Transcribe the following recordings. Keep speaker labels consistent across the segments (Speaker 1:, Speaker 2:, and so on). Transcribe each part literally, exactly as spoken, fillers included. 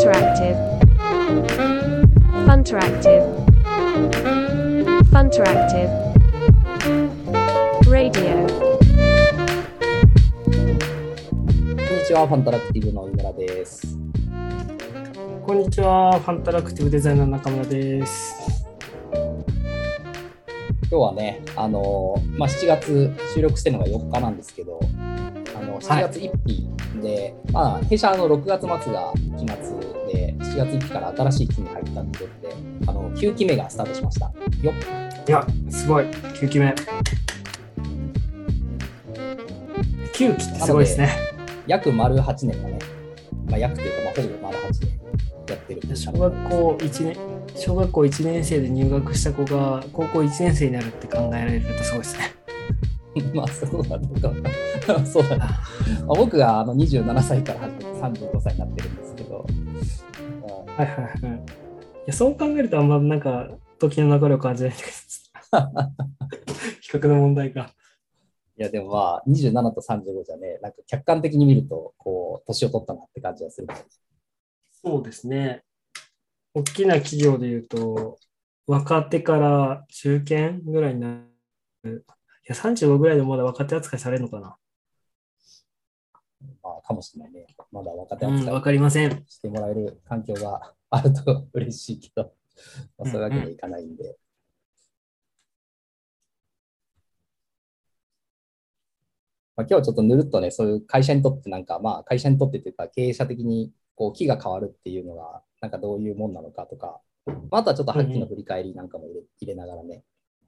Speaker 1: Funteractive Funteractive Funteractive Radio
Speaker 2: こんにちは、ファンタラクティブの井村です。
Speaker 3: こんにちは、ファンタラクティブデザイナーの中村です。
Speaker 2: 今日はね、あのまあ、しちがつ収録してるのがよっかなんですけど、あのしちがつついたちで、はい、まあ、弊社のろくがつ末が期末で、しちがつついたちから新しい期に入ったってことで、あのきゅうきめがスタートしましたよ。
Speaker 3: いや、すごい、きゅうきめ。きゅうきってすごいですね。
Speaker 2: 約丸はちねんだね。まあ、約というか、まあ、ほぼ丸はちねんやってる。
Speaker 3: 小学校いちねん、小学校いちねん生で入学した子が高校いちねん生になるって考えられるとすごいですね。
Speaker 2: まあそうだとかそうだね。まあ、僕があのにじゅうななさいから始めてさんじゅうごさいになってるんですけど、
Speaker 3: はいはいはい。いや、そう考えるとあんまなんか時の流れを感じないです。比較の問題が。
Speaker 2: いやでもまあにじゅうななとさんじゅうごじゃね、なんか客観的に見るとこう年を取ったなって感じがする。
Speaker 3: そうですね。大きな企業でいうと若手から中堅ぐらいになる。いや、さんじゅうごぐらいでもまだ若手扱いされるのかな。
Speaker 2: まあ、かもしれないね。まだ若手
Speaker 3: うん、
Speaker 2: 扱
Speaker 3: わかりません。
Speaker 2: いしてもらえる環境があると嬉しいけど、まあ、そういうわけにはいかないんで。うんうん、まあ、今日はちょっとぬるっとね、そういう会社にとってなんか、まあ会社にとってというか経営者的にこう気が変わるっていうのが、なんかどういうもんなのかとか、まあ、あとはちょっとはっきの振り返りなんかも入れ、入れながらね、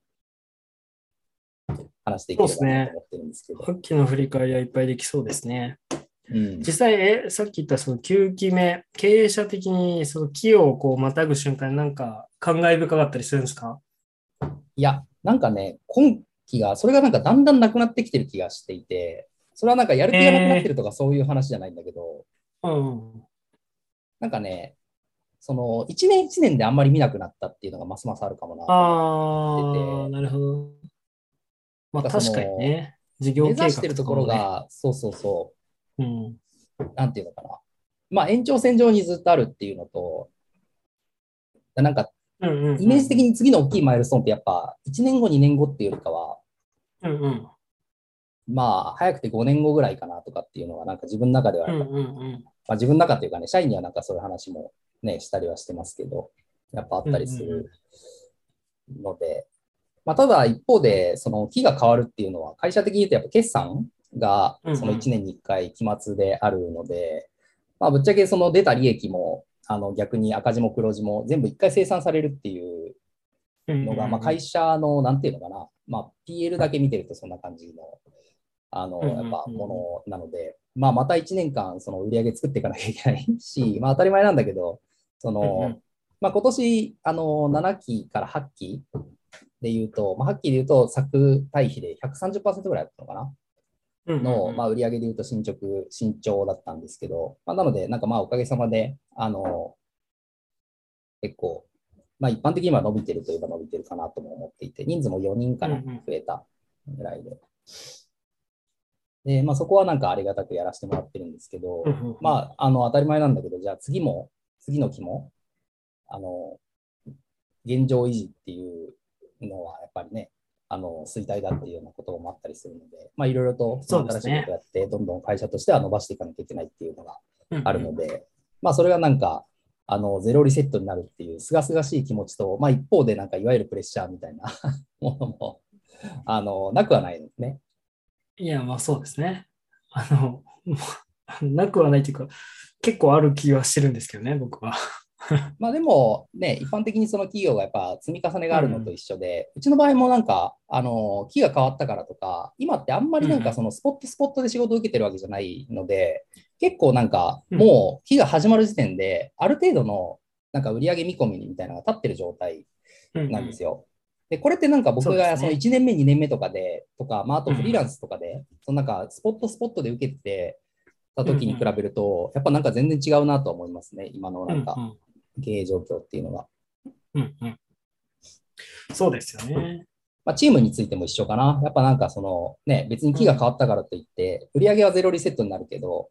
Speaker 2: 話していければなと思ってるんですけど。
Speaker 3: さっきの振り返りはいっぱいできそうですね。
Speaker 2: うん、実
Speaker 3: 際え、さっき言ったそのきゅうきめ、経営者的にその期をこうまたぐ瞬間になんか感慨深かったりするんですか？
Speaker 2: いや、なんかね、今期が、それがなんかだんだんなくなってきてる気がしていて、それはなんかやる気がなくなってるとかそういう話じゃないんだけど、
Speaker 3: えー、うん、
Speaker 2: なんかね、そのいちねんいちねんであんまり見なくなったっていうのがますますあるかもなと思ってて。
Speaker 3: ああ、なるほど。まあ
Speaker 2: なんかそ
Speaker 3: 確かに
Speaker 2: の
Speaker 3: ね、事業計
Speaker 2: 目指してるところ
Speaker 3: 画とかもね。
Speaker 2: が、そうそうそ
Speaker 3: うん、
Speaker 2: う、なんていうのかな。まあ延長線上にずっとあるっていうのと、なんか
Speaker 3: うんうんうんうん、
Speaker 2: イメージ的に次の大きいマイルストーンってやっぱいちねんご、にねんごっていうよりかは、
Speaker 3: うんうん、
Speaker 2: まあ早くてごねんごぐらいかなとかっていうのがなんか自分の中ではやっぱ、
Speaker 3: うんうんうん、
Speaker 2: まあ、自分の中っていうかね、社員にはなんかそういう話もね、したりはしてますけど、やっぱあったりするので、まあ、ただ一方で、その期が変わるっていうのは、会社的に言うとやっぱ決算がそのいちねんにいっかい期末であるので、まあ、ぶっちゃけその出た利益も、あの逆に赤字も黒字も全部いっかい生産されるっていうのが、まあ、会社の、なんていうのかな、まあ、ピーエル だけ見てるとそんな感じの、あの、やっぱものなので、まあ、またいちねんかんその売り上げ作っていかなきゃいけないし、まあ、当たり前なんだけど、その、まあ、今年、あの、ななきからはっきで言うと、まあ、はっきり言うと、昨対比で ひゃくさんじゅっパーセント ぐらいだったのかなの、まあ、売上で言うと進捗、慎重だったんですけど、まあ、なので、なんかまあ、おかげさまで、あの、結構、まあ、一般的には伸びてるといえば伸びてるかなとも思っていて、人数もよにんかな、増えたぐらいで。で、まあ、そこはなんかありがたくやらせてもらってるんですけど、まあ、あの、当たり前なんだけど、じゃあ次も、次の期も、あの、現状維持っていうのは、やっぱりね、あの衰退だっていうようなこともあったりするので、まあ、いろいろとその新しいことをやって、どんどん会社としては伸ばしていかなきゃいけないっていうのがあるので、うんうん、まあ、それがなんか、あのゼロリセットになるっていう、すがすがしい気持ちと、まあ、一方で、なんかいわゆるプレッシャーみたいなものもあのなくはないですね。
Speaker 3: いや、まあそうですね。あの、なくはないというか、結構ある気はしてるんですけどね、僕は。
Speaker 2: まあでもね、一般的にその企業がやっぱ積み重ねがあるのと一緒で、うん、うちの場合もなんか、あの、期が変わったからとか、今ってあんまりなんかそのスポットスポットで仕事を受けてるわけじゃないので、結構なんかもう期が始まる時点で、ある程度のなんか売上見込みみたいなのが立ってる状態なんですよ。で、これってなんか僕がそのいちねんめ、にねんめとかで、とか、まああとフリーランスとかで、そのなんかスポットスポットで受けてた時に比べると、やっぱなんか全然違うなと思いますね、今のなんか。経営状況っていうのが。
Speaker 3: うんうん、そうですよね。
Speaker 2: まあ、チームについても一緒かな。やっぱなんかそのね、別に期が変わったからといって、売り上げはゼロリセットになるけど、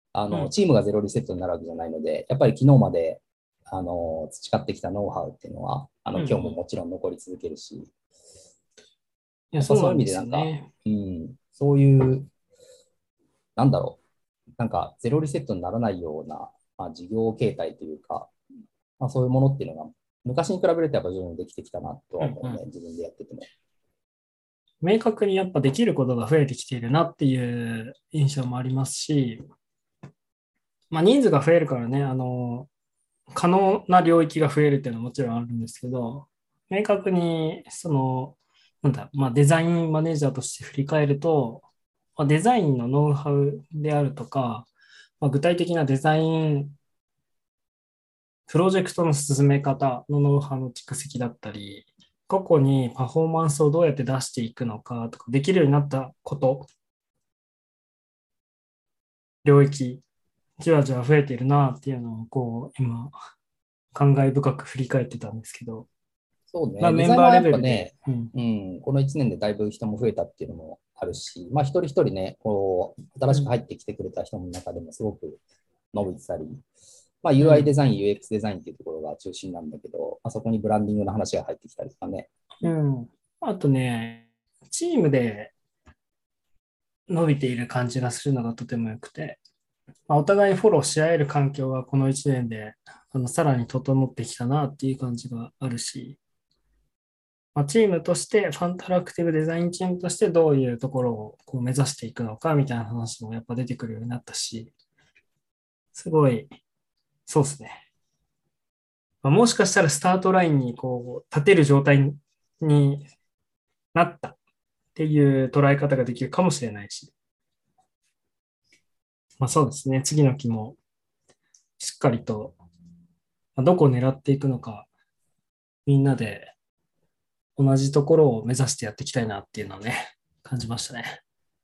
Speaker 2: あの、
Speaker 3: うん
Speaker 2: チームがゼロリセットになるわけじゃないので、やっぱり昨日まで、あの、培ってきたノウハウっていうのは、あの、
Speaker 3: うんうん。
Speaker 2: 今日ももちろん残り続けるし、
Speaker 3: いや、
Speaker 2: やっぱそういう意
Speaker 3: そうなんです
Speaker 2: 味でなんか、
Speaker 3: よね。
Speaker 2: うん、そういう、なんだろう、なんかゼロリセットにならないような、まあ、事業形態というか、まあ、そういうものっていうのが、昔に比べるとやっぱ徐々にできてきたなとは思うね、
Speaker 3: うんうん。
Speaker 2: 自分でやってても。
Speaker 3: 明確にやっぱできることが増えてきているなっていう印象もありますし、まあ、人数が増えるからね、あの、可能な領域が増えるっていうのはもちろんあるんですけど、明確に、その、なんだ、まあ、デザインマネージャーとして振り返ると、まあ、デザインのノウハウであるとか、まあ、具体的なデザイン、プロジェクトの進め方のノウハウの蓄積だったり、個々にパフォーマンスをどうやって出していくのかとか、できるようになったこと、領域、じわじわ増えているなっていうのを、こう、今、感慨深く振り返ってたんですけど、まあ、
Speaker 2: そうね、デ
Speaker 3: メンバーレ
Speaker 2: ザイナーはやっ
Speaker 3: ベルで、
Speaker 2: ぱね、
Speaker 3: うん、
Speaker 2: うん、このいちねんでだいぶ人も増えたっていうのもあるし、まあ一人一人ね、こう、新しく
Speaker 3: うん、
Speaker 2: 入ってきてくれた人の中でもすごく伸びてたり、まあ
Speaker 3: う
Speaker 2: ユーアイ デ
Speaker 3: ん、
Speaker 2: ザイン、ユーエックス デザインっていうところが中心なんだけど、まあ、そこにブランディングの話が入ってきたりとかね。
Speaker 3: うん。あとね、チームで伸びている感じがするのがとても良くて、まあ、お互いフォローし合える環境がこのいちねんであのさらに整ってきたなっていう感じがあるし、まあ、チームとして、ファンタラクティブデザインチームとしてどういうところをこう目指していくのかみたいな話もやっぱ出てくるようになったし、すごい、そうですね。まあ、もしかしたらスタートラインにこう立てる状態になったっていう捉え方ができるかもしれないし、まあそうですね。次の期もしっかりと、まあどこを狙っていくのか、みんなで同じところを目指してやっていきたいなっていうのをね、感じましたね。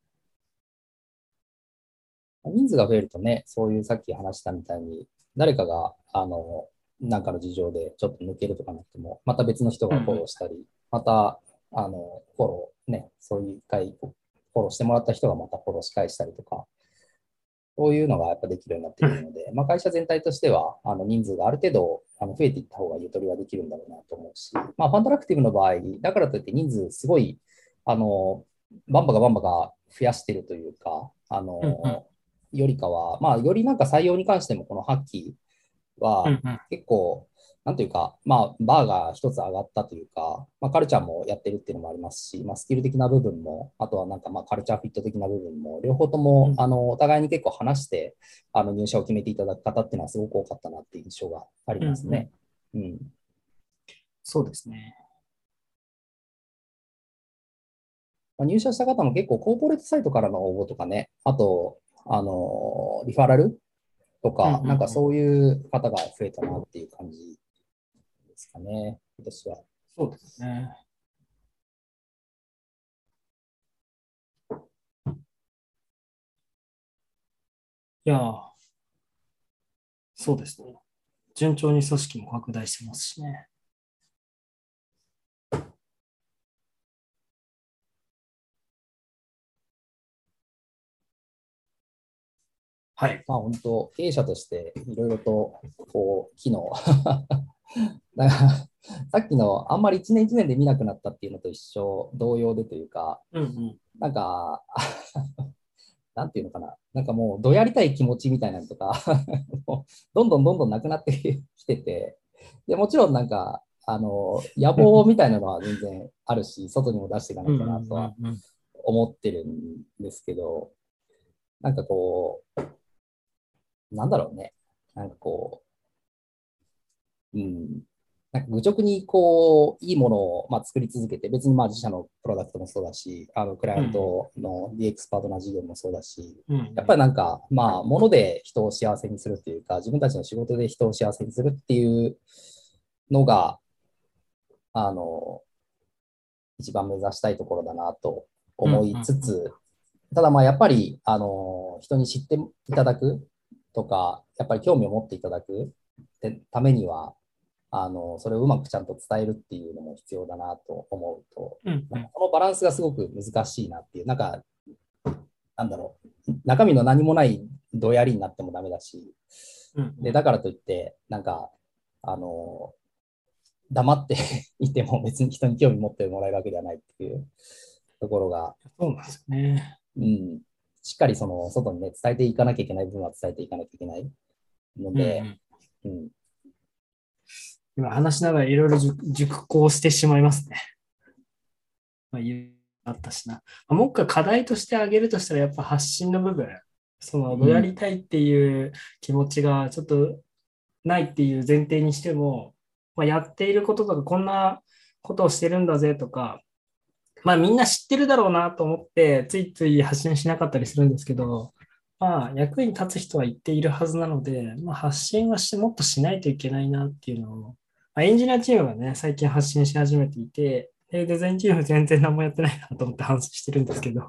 Speaker 2: 人数が増えるとね、そういうさっき話したみたいに、誰かが、あの、なんかの事情でちょっと抜けるとかなっても、また別の人がフォロー
Speaker 3: うん
Speaker 2: したり、また、あの、フォロー、ね、そういう一回、フォローしてもらった人がまたフォローし返したりとか、そういうのがやっぱできるようになって
Speaker 3: うん。
Speaker 2: くるので、まあ、会社全体としては、あの人数がある程度あの増えていった方がゆとりはできるんだろうなと思うし、まあ、ファンタラクティブの場合、だからといって人数すごい、あの、バンバがバンバが増やしてるというか、あ
Speaker 3: うんうん。
Speaker 2: の、よりかは、まあ、よりなんか採用に関しても、この発揮は
Speaker 3: うんうん。
Speaker 2: 結構、なんというか、まあ、バーが一つ上がったというか、まあ、カルチャーもやってるっていうのもありますし、まあ、スキル的な部分も、あとはなんかまあカルチャーフィット的な部分も、両方とも、
Speaker 3: うん
Speaker 2: あの、お互いに結構話して、あの、入社を決めていただく方っていうのはすごく多かったなっていう印象があり
Speaker 3: うんうん。
Speaker 2: ますね。うん。
Speaker 3: そうですね。
Speaker 2: まあ、入社した方も結構コーポレートサイトからの応募とかね、あと、あの、リファラルとか、
Speaker 3: うんうんうん。
Speaker 2: なんかそういう方が増えたなっていう感じですかね、今年は。
Speaker 3: そうですね。いやー、そうですね。順調に組織も拡大してますしね。はい。
Speaker 2: まあ本当、経営者としていろいろと、こう、機能だからさっきのあんまり一年一年で見なくなったっていうのと一緒、同様でというか、
Speaker 3: うんうん。
Speaker 2: なんか、なんていうのかな、なんかもう、どやりたい気持ちみたいなのとかもうどんどんどんどんなくなってきてて、でもちろんなんか、あの、野望みたいなのは全然あるし、外にも出していかなきゃ
Speaker 3: うんうん
Speaker 2: なとは
Speaker 3: うんうん。
Speaker 2: 思ってるんですけど、なんかこう、なんだろうね。なんかこう、うん、なんか愚直にこう、いいものを、まあ、作り続けて、別にまあ自社のプロダクトもそうだし、あのクライアン
Speaker 3: うん
Speaker 2: トの ディーエックス パートナー事業もそうだし、
Speaker 3: うん。うん
Speaker 2: やっぱりなんか、まあ、もので人を幸せにするっていうか、自分たちの仕事で人を幸せにするっていうのが、あの、一番目指したいところだなと思い
Speaker 3: うんうん
Speaker 2: つつ、ただまあやっぱり、あの、人に知っていただくとか、やっぱり興味を持っていただくためには、あの、それをうまくちゃんと伝えるっていうのも必要だなと思うと、
Speaker 3: うんうん。
Speaker 2: なんかこのバランスがすごく難しいなっていう、なんか、なんだろう、中身の何もないどやりになってもダメだし、
Speaker 3: うんうん
Speaker 2: で、だからといって、なんか、あの、黙っていても別に人に興味持ってもらえるわけではないっていうところが、
Speaker 3: そうなんですよね。
Speaker 2: うん、しっかりその外にね、伝えていかなきゃいけない部分は伝えていかなきゃいけないので、
Speaker 3: うんうん。
Speaker 2: うん、
Speaker 3: 今話しながらいろいろ熟熟考してしまいますね。まあ、いろいろあったしな。まあ、もう一回課題として挙げるとしたら、やっぱ発信の部分、その、どうやり
Speaker 2: うん、
Speaker 3: たいっていう気持ちがちょっとないっていう前提にしても、まあ、やっていることとか、こんなことをしてるんだぜとか、まあみんな知ってるだろうなと思って、ついつい発信しなかったりするんですけど、まあ役に立つ人は言っているはずなので、まあ発信はしてもっとしないといけないなっていうのを、まあ、エンジニアチームがね、最近発信し始めていて、でデザインチーム全然何もやってないなと思って反省してるんですけど、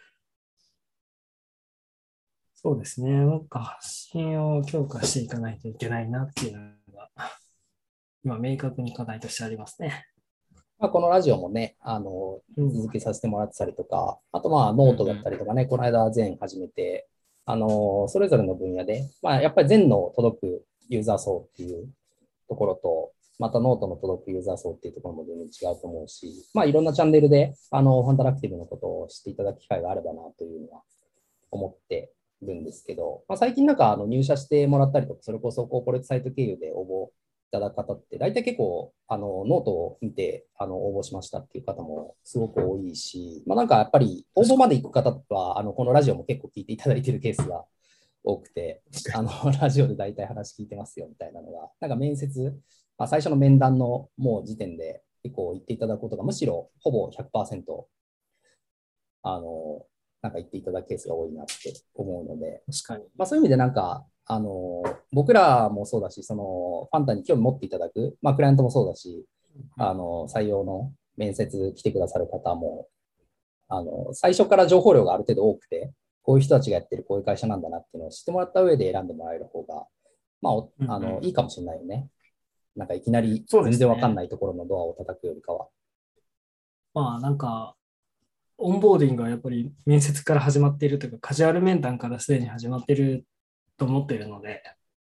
Speaker 3: そうですね、なんか発信を強化していかないといけないなっていうのが、今明確に課題としてありますね。
Speaker 2: まあ、このラジオもね、あの、
Speaker 3: うん。
Speaker 2: 続けさせてもらってたりとか、あとまあノートだったりとかね、この間全始めて、あの、それぞれの分野で、まあやっぱり全の届くユーザー層っていうところと、またノートの届くユーザー層っていうところも全然違うと思うし、まあいろんなチャンネルで、あの、ファンタラクティブのことを知っていただく機会があればなというのは思ってるんですけど、まあ、最近なんかあの入社してもらったりとか、それこそコーポレートサイト経由で応募いただく方って、大体結構あのノートを見てあの応募しましたっていう方もすごく多いし、まあ、なんかやっぱり応募まで行く方は、あのこのラジオも結構聞いていただいているケースが多くて、あのラジオで大体話聞いてますよみたいなのが、なんか面接、まあ、最初の面談のもう時点で結構言っていただくことがむしろほぼひゃくパーセントあの、なんか言っていただくケースが多いなって思うので、
Speaker 3: 確かに。
Speaker 2: まあ、そういう意味でなんか、あの、僕らもそうだし、その、ファンタに興味持っていただく、まあ、クライアントもそうだし、あの、採用の面接来てくださる方も、あの、最初から情報量がある程度多くて、こういう人たちがやってるこういう会社なんだなっていうのを知ってもらった上で選んでもらえる方が、まあ、
Speaker 3: うん
Speaker 2: あの、
Speaker 3: うん。
Speaker 2: いいかもしれないよね。なんかいきなり
Speaker 3: そうで
Speaker 2: 全然わかんな
Speaker 3: すね。
Speaker 2: いところのドアを叩くよりかは。
Speaker 3: まあなんか、オンボーディングはやっぱり面接から始まっているというか、カジュアル面談からすでに始まっていると思っているので、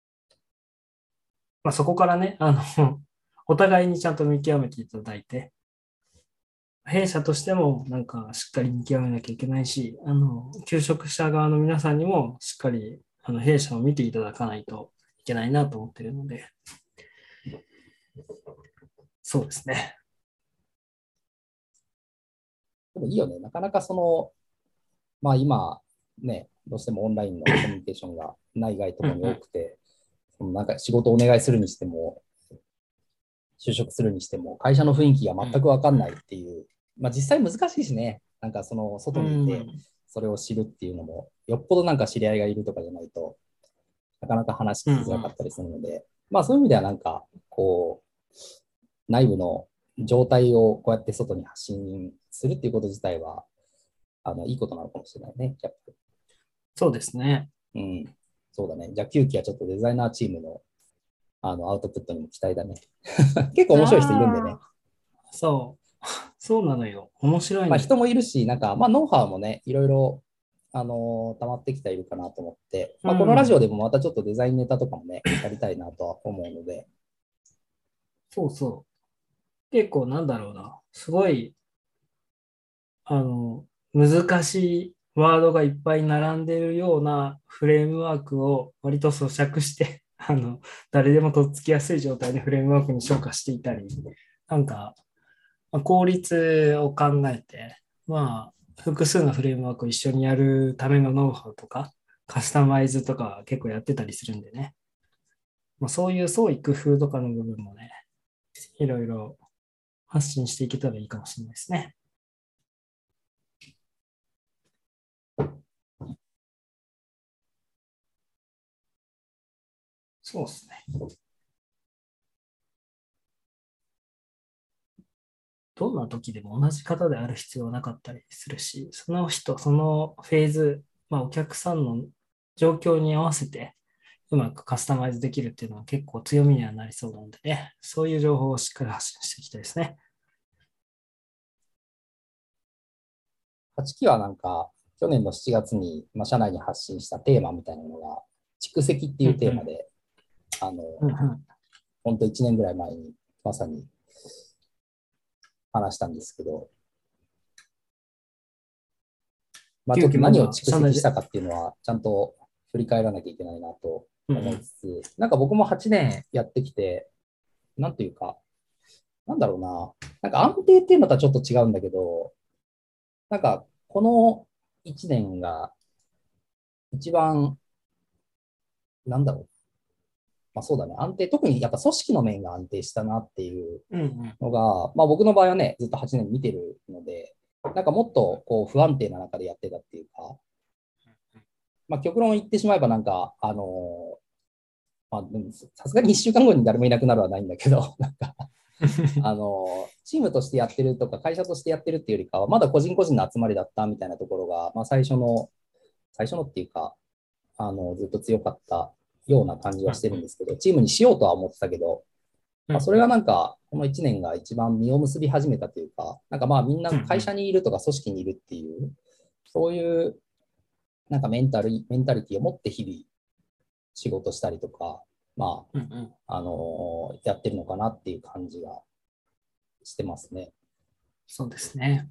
Speaker 3: まあ、そこからね、あの、お互いにちゃんと見極めていただいて、弊社としてもなんかしっかり見極めなきゃいけないし、あの、求職者側の皆さんにもしっかりあの弊社を見ていただかないといけないなと思っているので、そうですね。
Speaker 2: でもいいよね。なかなかその、まあ今、ね、どうしてもオンラインのコミュニケーションが内外ともに多
Speaker 3: うんうん。
Speaker 2: くて、そのなんか仕事をお願いするにしても、就職するにしても、会社の雰囲気が全くわかんないっていう、まあ実際難しいしね、なんかその
Speaker 3: う
Speaker 2: 外にいて、
Speaker 3: ん。
Speaker 2: それを知るっていうのも、よっぽどなんか知り合いがいるとかじゃないと、なかなか話聞きづらか
Speaker 3: うんうん。
Speaker 2: ったりするので、まあそういう意味ではなんか、こう、内部の状態をこうやって外に発信するっていうこと自体は、あの、いいことなのかもしれないね、やっぱ
Speaker 3: そうですね。
Speaker 2: り。うん。そうだね。じゃあ、9期はちょっとデザイナーチームのあのアウトプットにも期待だね。結構面白い人いるんでね。
Speaker 3: ああ、そう。そうなのよ。面白い
Speaker 2: まあ、人
Speaker 3: のよ。
Speaker 2: もいるし、なんか、まあ、ノウハウもね、いろいろ、あのー溜まってきているかなと思って、
Speaker 3: う
Speaker 2: まあ、このラジオで
Speaker 3: ん。
Speaker 2: もまたちょっとデザインネタとかもね、やりたいなとは思うので、
Speaker 3: そうそう。結構なんだろうな。すごい、あの、難しいワードがいっぱい並んでいるようなフレームワークを割と咀嚼して、あの、誰でもとっつきやすい状態でフレームワークに昇華していたり、なんか、まあ効率を考えて、まあ、複数のフレームワークを一緒にやるためのノウハウとか、カスタマイズとか結構やってたりするんでね。まあ、そういう創意工夫とかの部分もね、いろいろ発信していけたらいいかもしれないですね。そうですね。どんな時でも同じ方である必要はなかったりするし、その人、そのフェーズ、まあ、お客さんの状況に合わせてうまくカスタマイズできるっていうのは結構強みにはなりそうなのでね、そういう情報をしっかり発信していきたいですね。
Speaker 2: はちきはなんか、 去年のしちがつに、まあ、社内に発信したテーマみたいなのが、蓄積っていうテーマで、あの、本当いちねんぐらい前にまさに話したんですけど、まあ、ちょっと何を蓄積したかっていうのは、ちゃんと振り返らなきゃいけないなと思いつつ、うんうん、なんか僕もはちねんやってきて、なんていうか、なんだろうな、なんか安定っていうのとはちょっと違うんだけど、なんかこのいちねんが一番、なんだろう、まあそうだね、安定、特にやっぱ組織の面が安定したなっていうのが、うんうん、まあ僕の場合はね、ずっとはちねん見てるので、なんかもっとこう不安定な中でやってたっていうか、まあ極論言ってしまえばなんか、あのまあ、さすがにいっしゅうかんごに誰もいなくなるはないんだけど、なんかあの、チームとしてやってるとか、会社としてやってるっていうよりかは、まだ個人個人の集まりだったみたいなところが、まあ、最初の、最初のっていうか、あの、ずっと強かったような感じはしてるんですけど、チームにしようとは思ってたけど、まあ、それがなんか、このいちねんが一番実を結び始めたというか、なんかまあみんな会社にいるとか組織にいるっていう、そういうなんかメンタル、メンタリティを持って日々仕事したりとか、まあ、うんうん、あのー、やってるのかなっていう感じがしてますね。
Speaker 3: そうですね。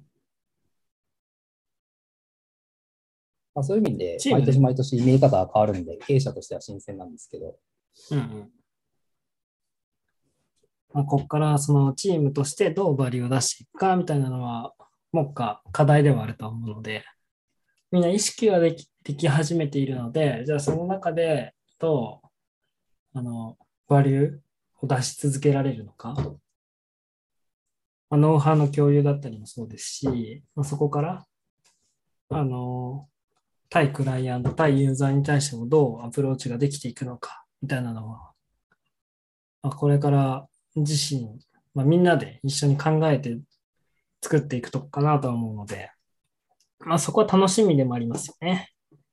Speaker 2: まあ、そういう意味で、毎年毎年見え方が変わるんで、経営者としては新鮮なんですけど。うんうん
Speaker 3: まあ、ここからそのチームとしてどうバリューを出していくかみたいなのは、目下課題ではあると思うので、みんな意識はできでき始めているので、じゃあその中でどうあのバリューを出し続けられるのか、まあ、ノウハウの共有だったりもそうですし、まあ、そこからあの対クライアント、対ユーザーに対してもどうアプローチができていくのかみたいなのは、まあ、これから自身、まあ、みんなで一緒に考えて作っていくとこかなと思うので、まあ、そこは楽しみでもありますよね。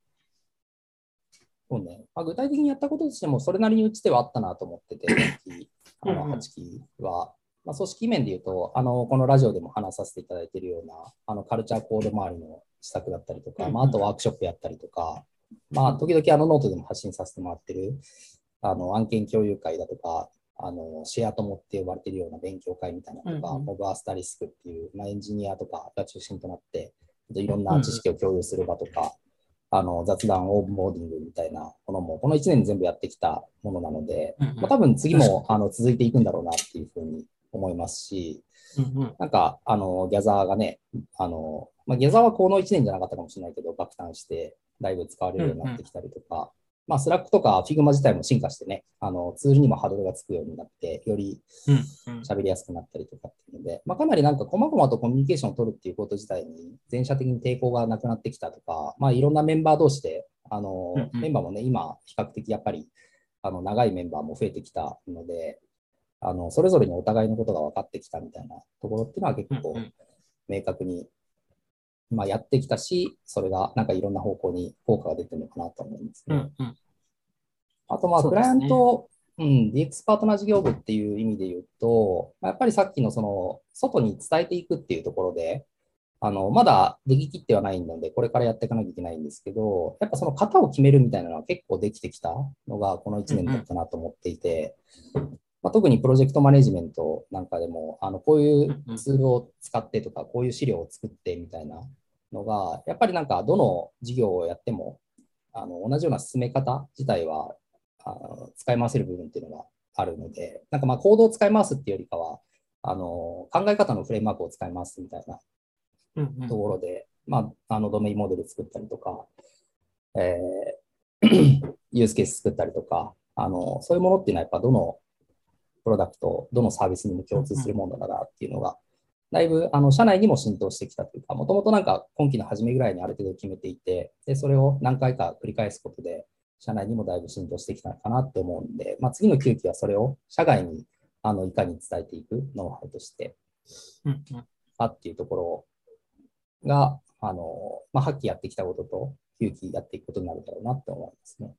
Speaker 2: そうね。まあ、具体的にやったこととしても、それなりにうちではあったなと思ってて、あのはちきは。まあ、組織面で言うと、あのこのラジオでも話させていただいているようなあのカルチャーコード周りの施策だったりとか、まあ、あとワークショップやったりとか、まあ、時々あのノートでも発信させてもらってるあの案件共有会だとか、あのシェア友って呼ばれているような勉強会みたいなとか、モブアスタリスクっていう、まあ、エンジニアとかが中心となって、いろんな知識を共有する場とか、あの雑談、オーブンボーディングみたいなものも、このいちねん全部やってきたものなので、うんうん、まあ、多分次もあの続いていくんだろうなっていうふうに思いますし、うんうん、なんか、あの、ギャザーがね、あの、まあ、ギャザーはこのいちねんじゃなかったかもしれないけど、爆誕して、だいぶ使われるようになってきたりとか、うんうん、まあ、スラックとか Figma 自体も進化してね、あの、ツールにもハードルがつくようになって、より喋りやすくなったりとかっていうので、まあ、かなりなんか、細々とコミュニケーションを取るっていうこと自体に、全社的に抵抗がなくなってきたとか、まあ、いろんなメンバー同士で、あの、うんうん、メンバーもね、今、比較的やっぱり、あの、長いメンバーも増えてきたので、あの、それぞれにお互いのことが分かってきたみたいなところっていうのは結構明確に、まあ、やってきたし、それがなんかいろんな方向に効果が出てるのかなと思いますね。うんうん、あと、まあ、クライアント、うん、ディーエックス パートナー事業部っていう意味で言うと、やっぱりさっきのその、外に伝えていくっていうところで、あの、まだでききってはないので、これからやっていかなきゃいけないんですけど、やっぱその型を決めるみたいなのは結構できてきたのが、このいちねんだったなと思っていて、まあ、特にプロジェクトマネジメントなんかでも、あのこういうツールを使ってとか、こういう資料を作ってみたいなのが、やっぱりなんかどの事業をやっても、あの同じような進め方自体はあの使い回せる部分っていうのがあるので、なんかまあコードを使い回すっていうよりかは、あの考え方のフレームワークを使い回すみたいなところで、まあ、あのドメインモデル作ったりとか、えー、ユースケース作ったりとか、あのそういうものっていうのはやっぱどのプロダクト、どのサービスにも共通するものだなっていうのが、だいぶあの社内にも浸透してきたというか、もともとなんか今期の初めぐらいにある程度決めていて、でそれを何回か繰り返すことで、社内にもだいぶ浸透してきたのかなって思うんで、まあ、次のきゅうきはそれを社外にあのいかに伝えていくノウハウとして、あっていうところが、あのまあ、はっきやってきたことと、きゅうきやっていくことになるだろうなって思いますね。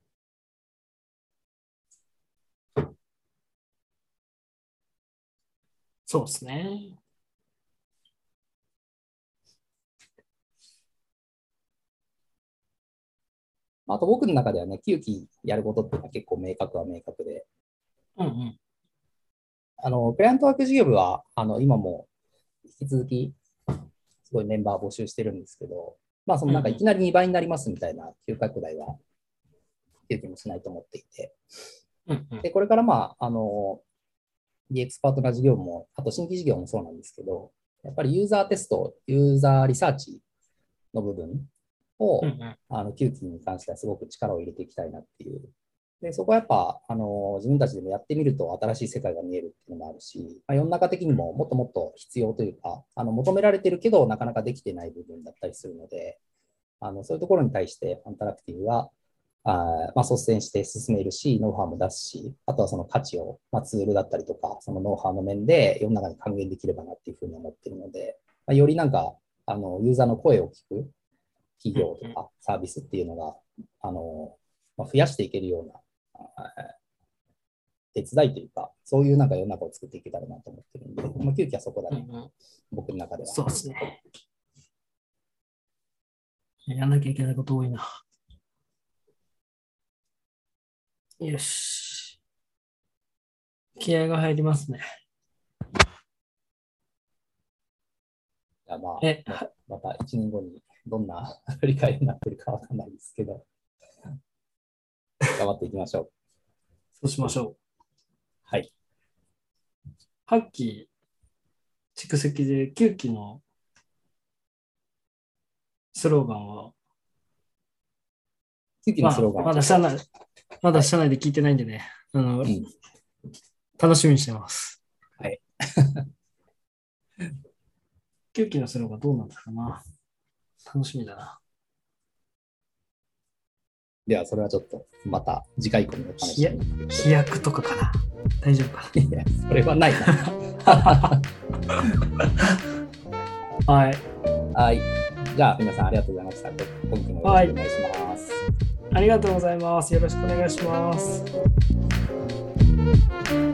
Speaker 3: そうですね。
Speaker 2: あと僕の中ではね、きゅうきやることっていうのは結構明確は明確で、
Speaker 3: うんうん。
Speaker 2: あの、クライアントワーク事業部は、あの、今も引き続き、すごいメンバー募集してるんですけど、まあ、そのなんかいきなりにばいになりますみたいな急拡大は、きゅうきもしないと思っていて、
Speaker 3: うんうん。
Speaker 2: で、これからまあ、あの、ディーエックス パートナー事業も、あと新規事業もそうなんですけど、やっぱりユーザーテスト、ユーザーリサーチの部分を、
Speaker 3: うんうん。
Speaker 2: あの、きゅうきに関してはすごく力を入れていきたいなっていう。で、そこはやっぱ、あの、自分たちでもやってみると新しい世界が見えるっていうのもあるし、まあ、世の中的にももっともっと必要というか、あの、求められてるけど、なかなかできてない部分だったりするので、あの、そういうところに対してファンタラクティブは、あまあ、率先して進めるし、ノウハウも出すし、あとはその価値を、まあ、ツールだったりとか、そのノウハウの面で世の中に還元できればなっていうふうに思っているので、まあ、よりなんか、あの、ユーザーの声を聞く企業とかサービスっていうのが、あの、まあ、増やしていけるような、手伝いというか、そういうなんか世の中を作っていけたらなと思ってるんで、まあ、急遽はそこだね、
Speaker 3: うんうん。
Speaker 2: 僕の中では。
Speaker 3: そうですね。やんなきゃいけないこと多いな。よし。気合が入りますね。
Speaker 2: じゃあまあ、
Speaker 3: え、
Speaker 2: ねまたいちねんごにどんな振り返りになってるかわかんないですけど、頑張っていきましょう。
Speaker 3: そうしましょう。
Speaker 2: はい。
Speaker 3: はっき蓄積できゅうきのスローガンは、
Speaker 2: きゅうきのスローガン
Speaker 3: まあ、まだ社内、まだ社内で聞いてないんでね、あの、
Speaker 2: うん、
Speaker 3: 楽しみにしてます。
Speaker 2: はい。
Speaker 3: きゅうきのスローガンどうなんですかな。楽しみだな。
Speaker 2: では、それはちょっと、また次回以降にお楽しみに。
Speaker 3: 飛躍とかかな。大丈夫か
Speaker 2: いや、それはないな。
Speaker 3: はい。
Speaker 2: はい。じゃあ、皆さんありがとうございました。今期もよろしくお願いします。
Speaker 3: ありがとうございます。よろしくお願いします。